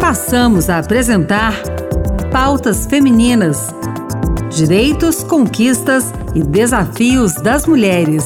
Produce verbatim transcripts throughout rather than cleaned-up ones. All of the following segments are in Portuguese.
Passamos a apresentar Pautas Femininas: Direitos, Conquistas e Desafios das Mulheres.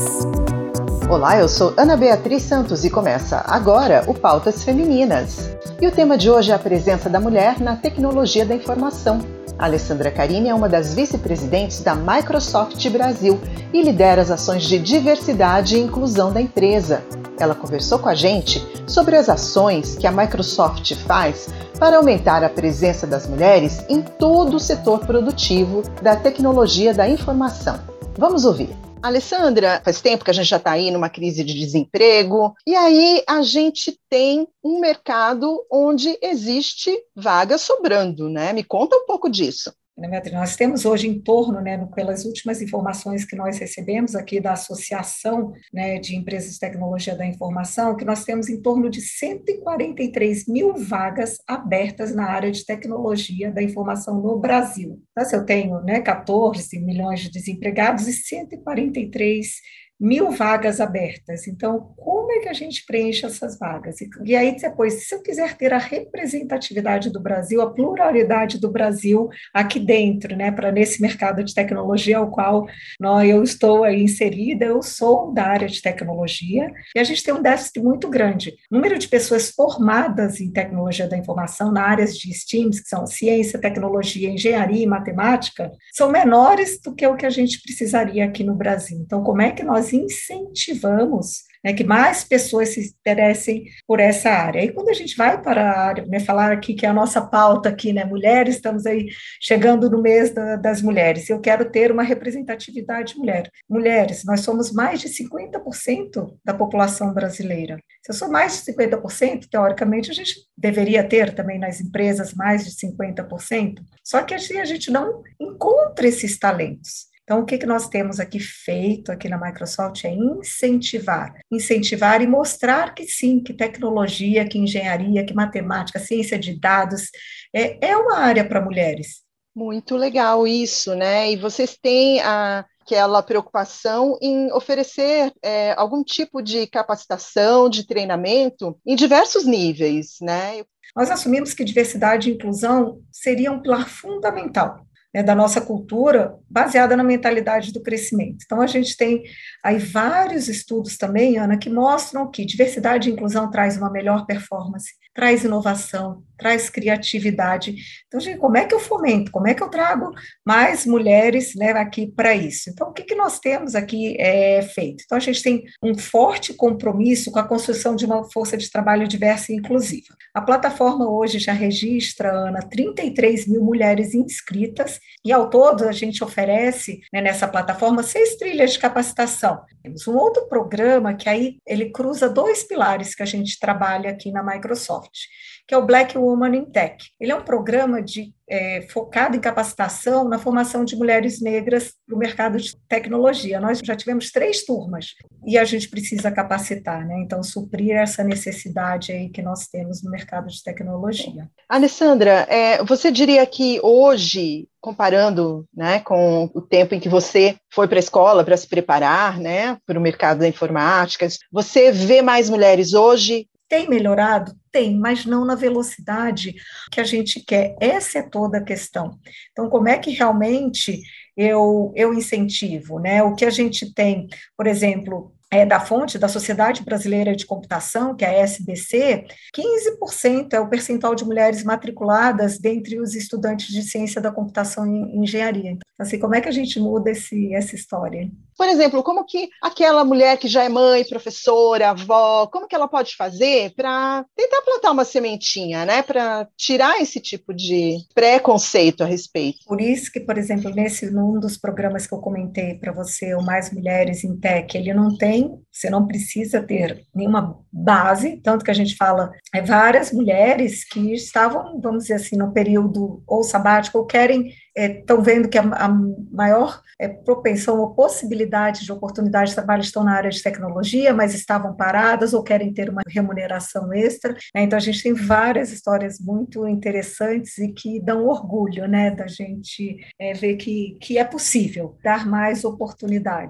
Olá, eu sou Ana Beatriz Santos e começa agora o Pautas Femininas. E o tema de hoje é a presença da mulher na tecnologia da informação. A Alessandra Carini é uma das vice-presidentes da Microsoft Brasil e lidera as ações de diversidade e inclusão da empresa. Ela conversou com a gente sobre as ações que a Microsoft faz para aumentar a presença das mulheres em todo o setor produtivo da tecnologia da informação. Vamos ouvir. Alessandra, faz tempo que a gente já está aí numa crise de desemprego, e aí a gente tem um mercado onde existe vaga sobrando, né? Me conta um pouco disso. Nós temos hoje em torno, né, pelas últimas informações que nós recebemos aqui da Associação, né, de Empresas de Tecnologia da Informação, que nós temos em torno de cento e quarenta e três mil vagas abertas na área de tecnologia da informação no Brasil. Então, se eu tenho, né, catorze milhões de desempregados e cento e quarenta e três mil vagas abertas. Então, como é que a gente preenche essas vagas? E, e aí, depois, se eu quiser ter a representatividade do Brasil, a pluralidade do Brasil aqui dentro, né, para nesse mercado de tecnologia ao qual nós, eu estou aí inserida, eu sou da área de tecnologia, e a gente tem um déficit muito grande. O número de pessoas formadas em tecnologia da informação, na áreas de S T E A Ms, que são ciência, tecnologia, engenharia e matemática, são menores do que o que a gente precisaria aqui no Brasil. Então, como é que nós incentivamos, né, que mais pessoas se interessem por essa área? E quando a gente vai para a área, né, falar aqui que é a nossa pauta aqui, né, mulheres, estamos aí chegando no mês da, das mulheres, eu quero ter uma representatividade mulher. Mulheres, nós somos mais de cinquenta por cento da população brasileira. Se eu sou mais de cinquenta por cento, teoricamente a gente deveria ter também nas empresas mais de cinquenta por cento, só que assim a gente não encontra esses talentos. Então, o que, que nós temos aqui feito aqui na Microsoft é incentivar, incentivar e mostrar que sim, que tecnologia, que engenharia, que matemática, ciência de dados é, é uma área para mulheres. Muito legal isso, né? E vocês têm a, aquela preocupação em oferecer é, algum tipo de capacitação, de treinamento em diversos níveis, né? Nós assumimos que diversidade e inclusão seria um pilar fundamental, né, da nossa cultura, baseada na mentalidade do crescimento. Então, a gente tem aí vários estudos também, Ana, que mostram que diversidade e inclusão traz uma melhor performance, traz inovação, traz criatividade. Então, gente, como é que eu fomento? Como é que eu trago mais mulheres, né, aqui para isso? Então, o que, que nós temos aqui é, feito? Então, a gente tem um forte compromisso com a construção de uma força de trabalho diversa e inclusiva. A plataforma hoje já registra, Ana, trinta e três mil mulheres inscritas, e ao todo a gente oferece, né, nessa plataforma seis trilhas de capacitação. Temos um outro programa que aí ele cruza dois pilares que a gente trabalha aqui na Microsoft, que é o Black Woman in Tech. Ele é um programa de, é, focado em capacitação na formação de mulheres negras para o mercado de tecnologia. Nós já tivemos três turmas e a gente precisa capacitar, né? Então, suprir essa necessidade aí que nós temos no mercado de tecnologia. Alessandra, é, você diria que hoje, comparando, né, com o tempo em que você foi para a escola para se preparar, né, para o mercado da informática, você vê mais mulheres hoje? Tem melhorado? Tem, mas não na velocidade que a gente quer. Essa é toda a questão. Então, como é que realmente eu, eu incentivo, né? O que a gente tem, por exemplo, é da fonte da Sociedade Brasileira de Computação, que é a S B C, quinze por cento é o percentual de mulheres matriculadas dentre os estudantes de ciência da computação e engenharia. Então, assim, como é que a gente muda esse, essa história? Por exemplo, como que aquela mulher que já é mãe, professora, avó, como que ela pode fazer para tentar plantar uma sementinha, né, para tirar esse tipo de preconceito a respeito? Por isso que, por exemplo, nesse num dos programas que eu comentei para você, o Mais Mulheres em Tech, ele não tem, você não precisa ter nenhuma base, tanto que a gente fala, é várias mulheres que estavam, vamos dizer assim, no período ou sabático, ou querem, estão é, vendo que a, a maior é, propensão ou possibilidade de oportunidade de trabalho estão na área de tecnologia, mas estavam paradas ou querem ter uma remuneração extra, né? Então a gente tem várias histórias muito interessantes e que dão orgulho, né, da gente é, ver que, que é possível dar mais oportunidades.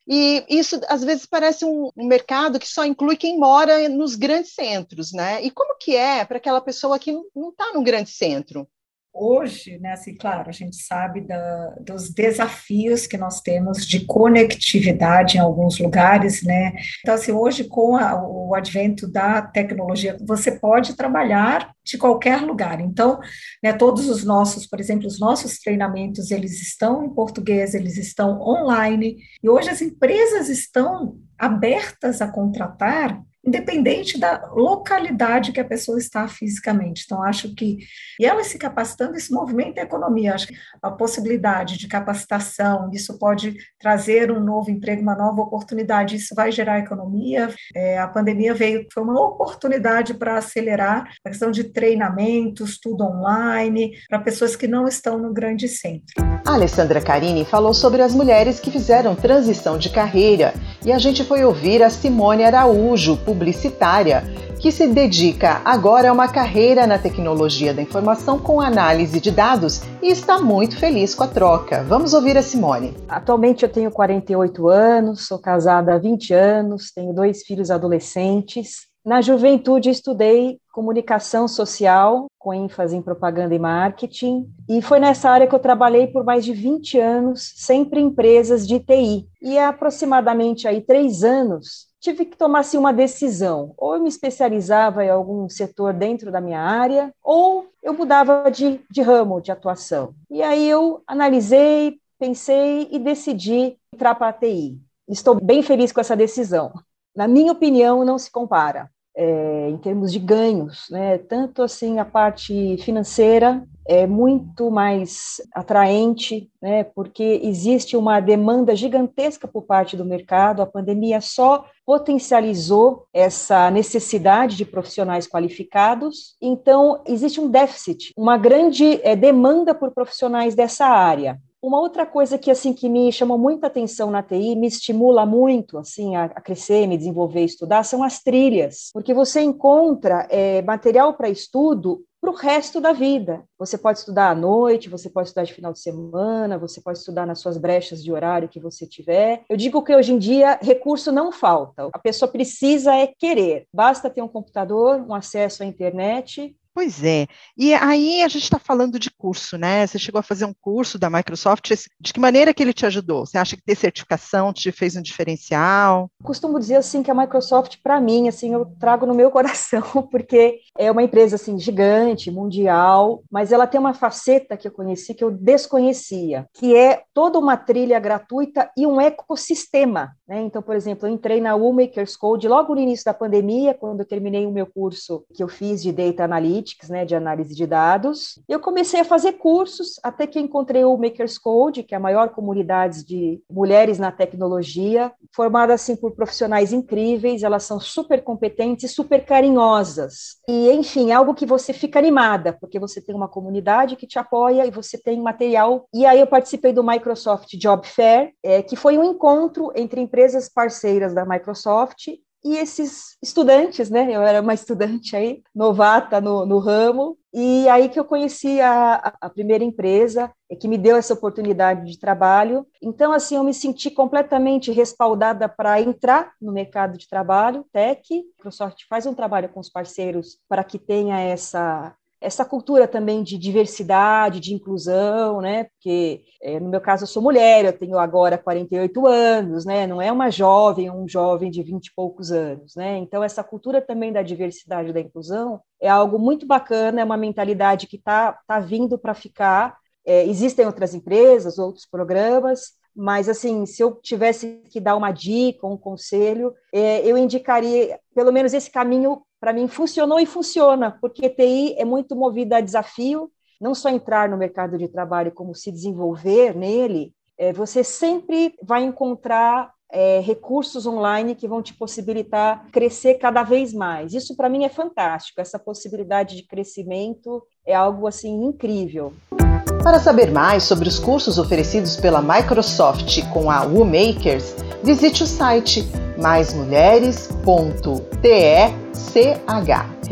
E isso, às vezes, parece um, um mercado que só inclui quem mora nos grandes centros, né? E como que é para aquela pessoa que não está num grande centro? Hoje, né, assim, claro, a gente sabe da, dos desafios que nós temos de conectividade em alguns lugares, né? Então, assim, hoje, com a, o advento da tecnologia, você pode trabalhar de qualquer lugar. Então, né, todos os nossos, por exemplo, os nossos treinamentos, eles estão em português, eles estão online, e hoje as empresas estão abertas a contratar independente da localidade que a pessoa está fisicamente. Então, acho que, e ela se capacitando, isso movimenta a economia. Acho que a possibilidade de capacitação, isso pode trazer um novo emprego, uma nova oportunidade, isso vai gerar economia. É, a pandemia veio, foi uma oportunidade para acelerar a questão de treinamentos, tudo online, para pessoas que não estão no grande centro. A Alessandra Carini falou sobre as mulheres que fizeram transição de carreira, e a gente foi ouvir a Simone Araújo, publicitária, que se dedica agora a uma carreira na tecnologia da informação com análise de dados e está muito feliz com a troca. Vamos ouvir a Simone. Atualmente eu tenho quarenta e oito anos, sou casada há vinte anos, tenho dois filhos adolescentes. Na juventude estudei comunicação social, com ênfase em propaganda e marketing, e foi nessa área que eu trabalhei por mais de vinte anos, sempre em empresas de T I. E há aproximadamente aí três anos, tive que tomar assim, uma decisão. Ou eu me especializava em algum setor dentro da minha área, ou eu mudava de, de ramo de atuação. E aí eu analisei, pensei e decidi entrar para a T I. Estou bem feliz com essa decisão. Na minha opinião, não se compara. É, em termos de ganhos, né? Tanto assim a parte financeira é muito mais atraente, né? Porque existe uma demanda gigantesca por parte do mercado, a pandemia só potencializou essa necessidade de profissionais qualificados, então existe um déficit, uma grande é, demanda por profissionais dessa área. Uma outra coisa que, assim, que me chamou muita atenção na T I, me estimula muito assim, a, a crescer, me desenvolver, estudar, são as trilhas, porque você encontra é, material para estudo para o resto da vida. Você pode estudar à noite, você pode estudar de final de semana, você pode estudar nas suas brechas de horário que você tiver. Eu digo que hoje em dia recurso não falta, a pessoa precisa é querer, basta ter um computador, um acesso à internet. Pois é, e aí a gente está falando de curso, né? Você chegou a fazer um curso da Microsoft, de que maneira que ele te ajudou? Você acha que ter certificação te fez um diferencial? Costumo dizer assim que a Microsoft, para mim, assim, eu trago no meu coração, porque é uma empresa assim, gigante, mundial, mas ela tem uma faceta que eu conheci, que eu desconhecia, que é toda uma trilha gratuita e um ecossistema, né? Então, por exemplo, eu entrei na Woolmakers Code logo no início da pandemia, quando eu terminei o meu curso que eu fiz de Data Analytics, né, de análise de dados. Eu comecei a fazer cursos, até que encontrei o Makers Code, que é a maior comunidade de mulheres na tecnologia, formada assim por profissionais incríveis, elas são super competentes e super carinhosas. E, enfim, é algo que você fica animada, porque você tem uma comunidade que te apoia e você tem material. E aí eu participei do Microsoft Job Fair, é, que foi um encontro entre empresas parceiras da Microsoft e esses estudantes, né? Eu era uma estudante aí, novata no, no ramo, e aí que eu conheci a, a primeira empresa que me deu essa oportunidade de trabalho. Então, assim, eu me senti completamente respaldada para entrar no mercado de trabalho, tech. A Microsoft faz um trabalho com os parceiros para que tenha essa... essa cultura também de diversidade, de inclusão, né, porque é, no meu caso eu sou mulher, eu tenho agora quarenta e oito anos, né, não é uma jovem, um jovem de vinte e poucos anos, né, então essa cultura também da diversidade e da inclusão é algo muito bacana, é uma mentalidade que está tá vindo para ficar, é, existem outras empresas, outros programas, mas, assim, se eu tivesse que dar uma dica, um conselho, é, eu indicaria, pelo menos esse caminho, para mim, funcionou e funciona, porque T I é muito movida a desafio, não só entrar no mercado de trabalho, como se desenvolver nele, é, você sempre vai encontrar é, recursos online que vão te possibilitar crescer cada vez mais. Isso, para mim, é fantástico, essa possibilidade de crescimento é algo, assim, incrível. Para saber mais sobre os cursos oferecidos pela Microsoft com a Woolmakers, visite o site mais mulheres ponto tech.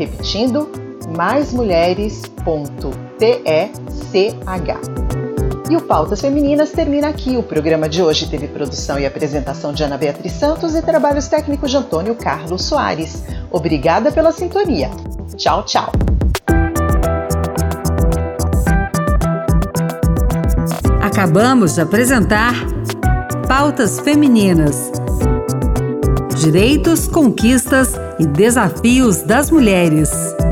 Repetindo, mais mulheres ponto tech. E o Pautas Femininas termina aqui. O programa de hoje teve produção e apresentação de Ana Beatriz Santos e trabalhos técnicos de Antônio Carlos Soares. Obrigada pela sintonia. Tchau, tchau. Acabamos de apresentar Pautas Femininas. Direitos, conquistas e desafios das mulheres.